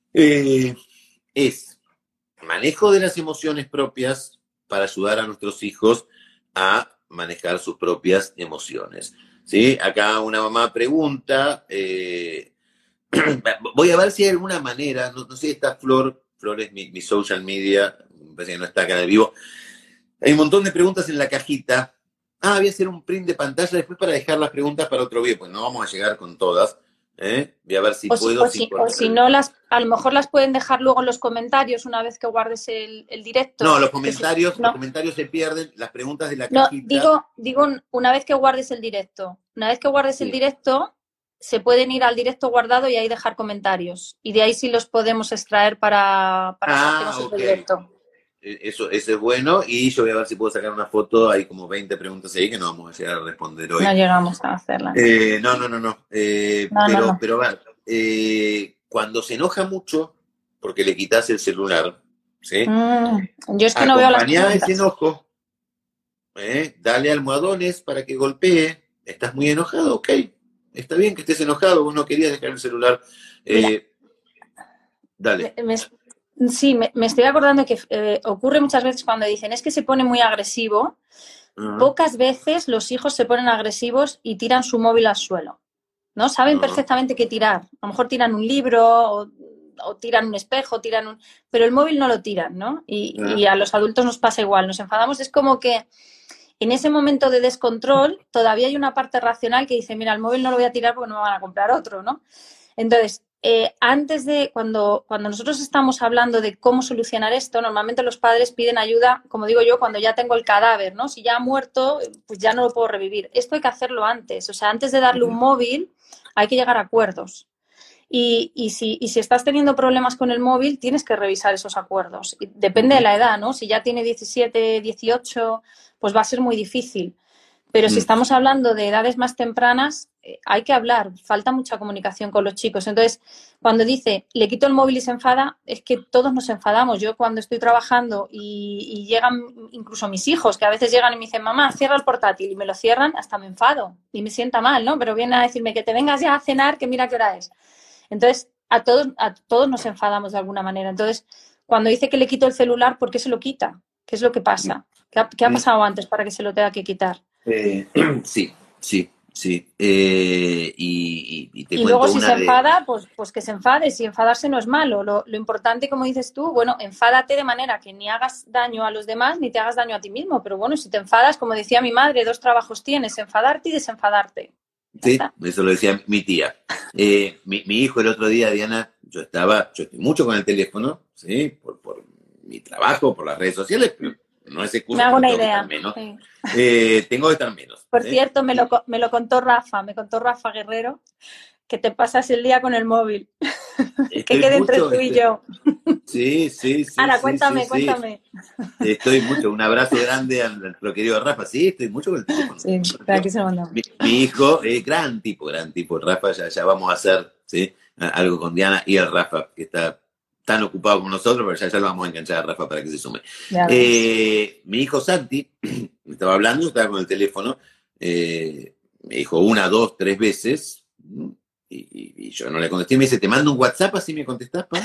eh, es manejo de las emociones propias para ayudar a nuestros hijos a manejar sus propias emociones. ¿Sí? Acá una mamá pregunta, eh, voy a ver si hay alguna manera, no, no sé, está Flor, Flor es mi, mi social media, me parece que no está acá en el vivo. Hay un montón de preguntas en la cajita. Ah, voy a hacer un print de pantalla después para dejar las preguntas para otro video, pues no vamos a llegar con todas. ¿eh? Voy a ver si o puedo. Si, o, si, o si no, las, a lo mejor las pueden dejar luego en los comentarios una vez que guardes el, el directo. No, los comentarios, si, no. los comentarios se pierden, las preguntas de la no, cajita. Digo, digo una vez que guardes el directo. Una vez que guardes sí. el directo, se pueden ir al directo guardado y ahí dejar comentarios. Y de ahí sí los podemos extraer para, para ah, hacer okay. el directo. Eso, eso es bueno, y yo voy a ver si puedo sacar una foto, hay como veinte preguntas ahí que no vamos a llegar a responder hoy. No llegamos a hacerlas. Eh, no, no, no, no. Eh, no, pero, no, no. pero a ver, eh, cuando se enoja mucho, porque le quitas el celular, ¿sí? Mm, yo es que no veo las preguntas. Acompañá ese enojo, ¿eh? Dale almohadones para que golpee. ¿Estás muy enojado? Ok, está bien que estés enojado, vos no querías dejar el celular. Eh, dale. Me, me, sí, me, me estoy acordando que eh, ocurre muchas veces cuando dicen es que se pone muy agresivo. Uh-huh. Pocas veces los hijos se ponen agresivos y tiran su móvil al suelo, ¿no? Saben uh-huh. perfectamente qué tirar. A lo mejor tiran un libro o, o tiran un espejo, tiran un... pero el móvil no lo tiran, ¿no? Y, uh-huh. y a los adultos nos pasa igual. Nos enfadamos, es como que en ese momento de descontrol todavía hay una parte racional que dice, mira, el móvil no lo voy a tirar porque no me van a comprar otro, ¿no? Entonces, eh, antes de, cuando, cuando nosotros estamos hablando de cómo solucionar esto, normalmente los padres piden ayuda, como digo yo, cuando ya tengo el cadáver, ¿no? Si ya ha muerto, pues ya no lo puedo revivir. Esto hay que hacerlo antes, o sea, antes de darle un móvil hay que llegar a acuerdos. Y, y, si, y si estás teniendo problemas con el móvil, tienes que revisar esos acuerdos. Y depende de la edad, ¿no? Si ya tiene diecisiete, dieciocho, pues va a ser muy difícil. Pero si estamos hablando de edades más tempranas, eh, hay que hablar. Falta mucha comunicación con los chicos. Entonces, cuando dice, le quito el móvil y se enfada, es que todos nos enfadamos. Yo cuando estoy trabajando y, y llegan incluso mis hijos, que a veces llegan y me dicen, mamá, cierra el portátil, y me lo cierran, hasta me enfado y me sienta mal, ¿no? Pero vienen a decirme que te vengas ya a cenar, que mira qué hora es. Entonces, a todos, a todos nos enfadamos de alguna manera. Entonces, cuando dice que le quito el celular, ¿por qué se lo quita? ¿Qué es lo que pasa? ¿Qué ha, qué ha pasado antes para que se lo tenga que quitar? Eh, sí, sí, sí. Eh, y, y, y, te y luego si se de... enfada, pues, pues que se enfade. Si enfadarse no es malo. Lo, lo importante, como dices tú, bueno, enfádate de manera que ni hagas daño a los demás ni te hagas daño a ti mismo. Pero bueno, si te enfadas, como decía mi madre, dos trabajos tienes, enfadarte y desenfadarte. Sí, eso lo decía mi tía. Eh, mi, mi hijo el otro día, Diana, yo estaba, yo estoy mucho con el teléfono, ¿sí? Por, por mi trabajo, por las redes sociales, pero no es excusa. Me hago una idea. Sí. Eh, tengo que estar menos. Por ¿eh? cierto, me lo, me lo contó Rafa, me contó Rafa Guerrero, que te pasas el día con el móvil. Que quede entre tú y yo. Sí, sí, sí. Ahora, sí, cuéntame, sí, cuéntame. Sí. Estoy mucho, un abrazo grande a nuestro querido Rafa. Sí, estoy mucho con el teléfono. Sí, aquí se mandó. Mi, mi hijo, eh, gran tipo, gran tipo. Rafa, ya, ya vamos a hacer ¿sí? algo con Diana y el Rafa, que está tan ocupado como nosotros, pero ya, ya lo vamos a enganchar a Rafa para que se sume. Eh, mi hijo Santi, me estaba hablando, estaba con el teléfono, eh, me dijo una, dos, tres veces, y, y, y yo no le contesté, me dice, ¿te mando un WhatsApp así me contestás, pa?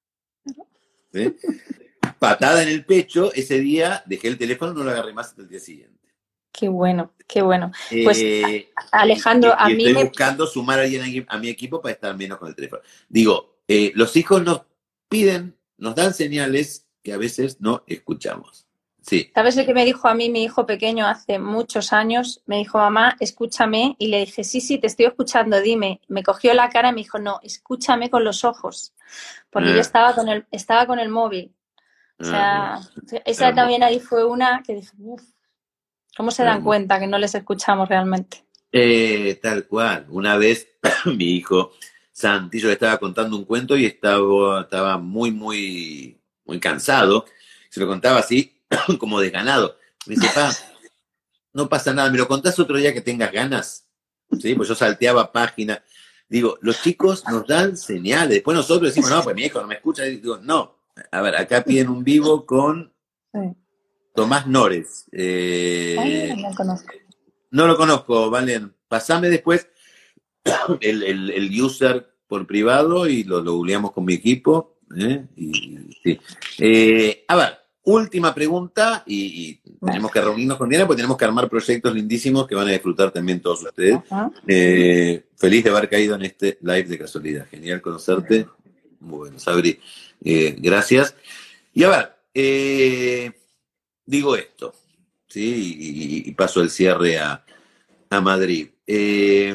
¿Sí? Patada en el pecho, ese día dejé el teléfono, no lo agarré más hasta el día siguiente. Qué bueno, qué bueno. Pues eh, Alejandro, y, y a mí estoy me... buscando sumar a alguien a mi equipo para estar menos con el teléfono. Digo, eh, los hijos nos piden, nos dan señales que a veces no escuchamos. Sí. ¿Sabes lo que me dijo a mí mi hijo pequeño hace muchos años? Me dijo, mamá, escúchame. Y le dije, sí, sí, te estoy escuchando, dime. Me cogió la cara y me dijo, no, escúchame con los ojos. Porque ah. yo estaba con el, estaba con el móvil. O sea, ah, esa ah, también ahí fue una que dije, uff, ¿cómo se dan ah, cuenta que no les escuchamos realmente? Eh, tal cual. Una vez mi hijo Santi, yo le estaba contando un cuento y estaba, estaba muy, muy, muy cansado. Se lo contaba así, como desganado. Me dice, pa, no pasa nada, me lo contás otro día que tengas ganas. ¿Sí? Pues yo salteaba página. Digo, los chicos nos dan señales. Después nosotros decimos, no, pues mi hijo no me escucha. Y digo, no. A ver, acá piden un vivo con Tomás Nores. Eh, Ay, no lo conozco. No lo conozco, Valen. Pasame después el, el, el user por privado y lo, lo googleamos con mi equipo. ¿eh? Y, sí. eh, a ver, última pregunta y, y tenemos que reunirnos con Diana porque tenemos que armar proyectos lindísimos que van a disfrutar también todos ustedes. Uh-huh. Eh, feliz de haber caído en este live de casualidad. Genial conocerte. Muy bueno, Sabri. Eh, gracias. Y a ver, eh, digo esto, ¿sí? Y, y paso el cierre a, a Madrid. Eh,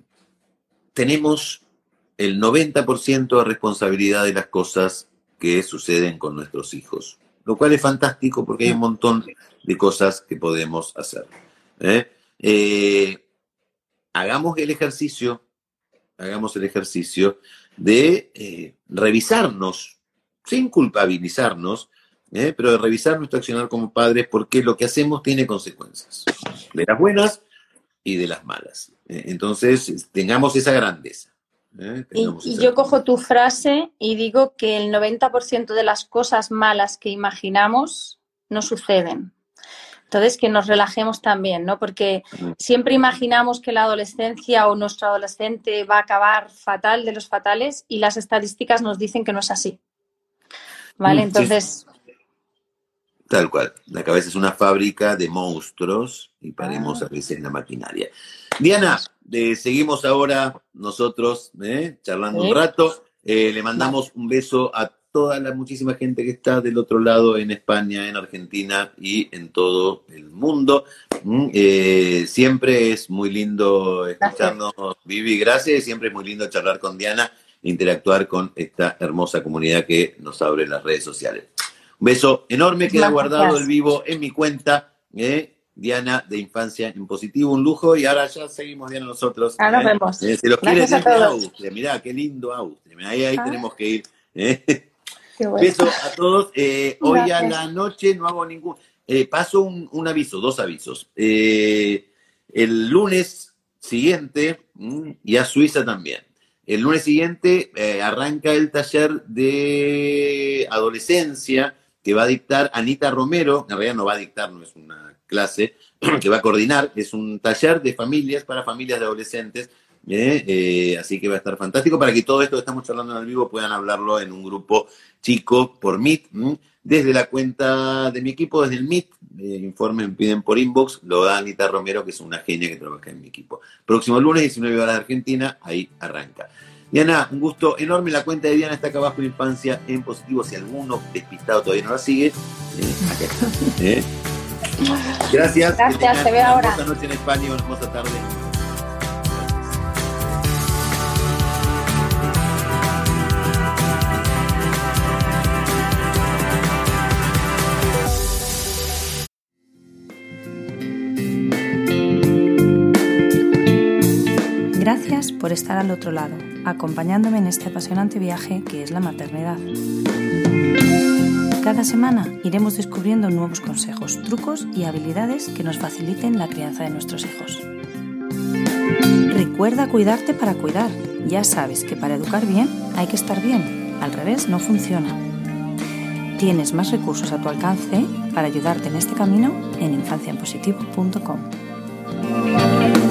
tenemos el noventa por ciento de responsabilidad de las cosas que suceden con nuestros hijos, lo cual es fantástico porque hay un montón de cosas que podemos hacer. ¿eh? Eh, hagamos el ejercicio, hagamos el ejercicio de eh, revisarnos, sin culpabilizarnos, ¿eh? pero de revisar nuestro accionar como padres, porque lo que hacemos tiene consecuencias, de las buenas y de las malas. ¿eh? Entonces, tengamos esa grandeza. ¿eh? Tengamos y esa y yo grandeza. cojo tu frase y digo que el noventa por ciento de las cosas malas que imaginamos no suceden. Entonces, que nos relajemos también, ¿no? Porque siempre imaginamos que la adolescencia o nuestro adolescente va a acabar fatal de los fatales y las estadísticas nos dicen que no es así. ¿Vale? Entonces... Sí. Tal cual. La cabeza es una fábrica de monstruos y paremos ah. a veces la maquinaria. Diana, eh, seguimos ahora nosotros eh, charlando ¿Sí? un rato. Eh, le mandamos un beso a toda la muchísima gente que está del otro lado en España, en Argentina y en todo el mundo. Mm, eh, siempre es muy lindo escucharnos, gracias. Vivi, gracias. Siempre es muy lindo charlar con Diana e interactuar con esta hermosa comunidad que nos abre las redes sociales. Un beso enorme, queda guardado el vivo en mi cuenta, eh, Diana de Infancia en Positivo, un lujo. Y ahora ya seguimos, Diana, nosotros. Ahora nos vemos. Eh, se los quiere desde Austria, mirá, qué lindo Austria. Mirá, ahí ahí ah. tenemos que ir. Eh. Bueno. Beso a todos. Eh, hoy a la noche no hago ningún... Eh, paso un, un aviso, dos avisos. Eh, el lunes siguiente, mmm, y a Suiza también. El lunes siguiente eh, arranca el taller de adolescencia que va a dictar Anita Romero. En realidad no va a dictar, no es una clase, que va a coordinar. Es un taller de familias para familias de adolescentes. Eh, eh, así que va a estar fantástico para que todo esto que estamos charlando en el vivo puedan hablarlo en un grupo chico por Meet, ¿m? Desde la cuenta de mi equipo, desde el Meet, eh, informen, piden por inbox, lo da Anita Romero, que es una genia que trabaja en mi equipo. Próximo lunes, diecinueve horas de Argentina, ahí arranca. Diana, un gusto enorme. La cuenta de Diana está acá abajo en Infancia en Positivo. Si alguno despistado todavía no la sigue, eh, acá está. ¿eh? Gracias. Gracias, se ve ahora. Una hermosa noche en España y una hermosa tarde. Gracias por estar al otro lado, acompañándome en este apasionante viaje que es la maternidad. Cada semana iremos descubriendo nuevos consejos, trucos y habilidades que nos faciliten la crianza de nuestros hijos. Recuerda cuidarte para cuidar. Ya sabes que para educar bien hay que estar bien, al revés no funciona. Tienes más recursos a tu alcance para ayudarte en este camino en infancia en positivo punto com.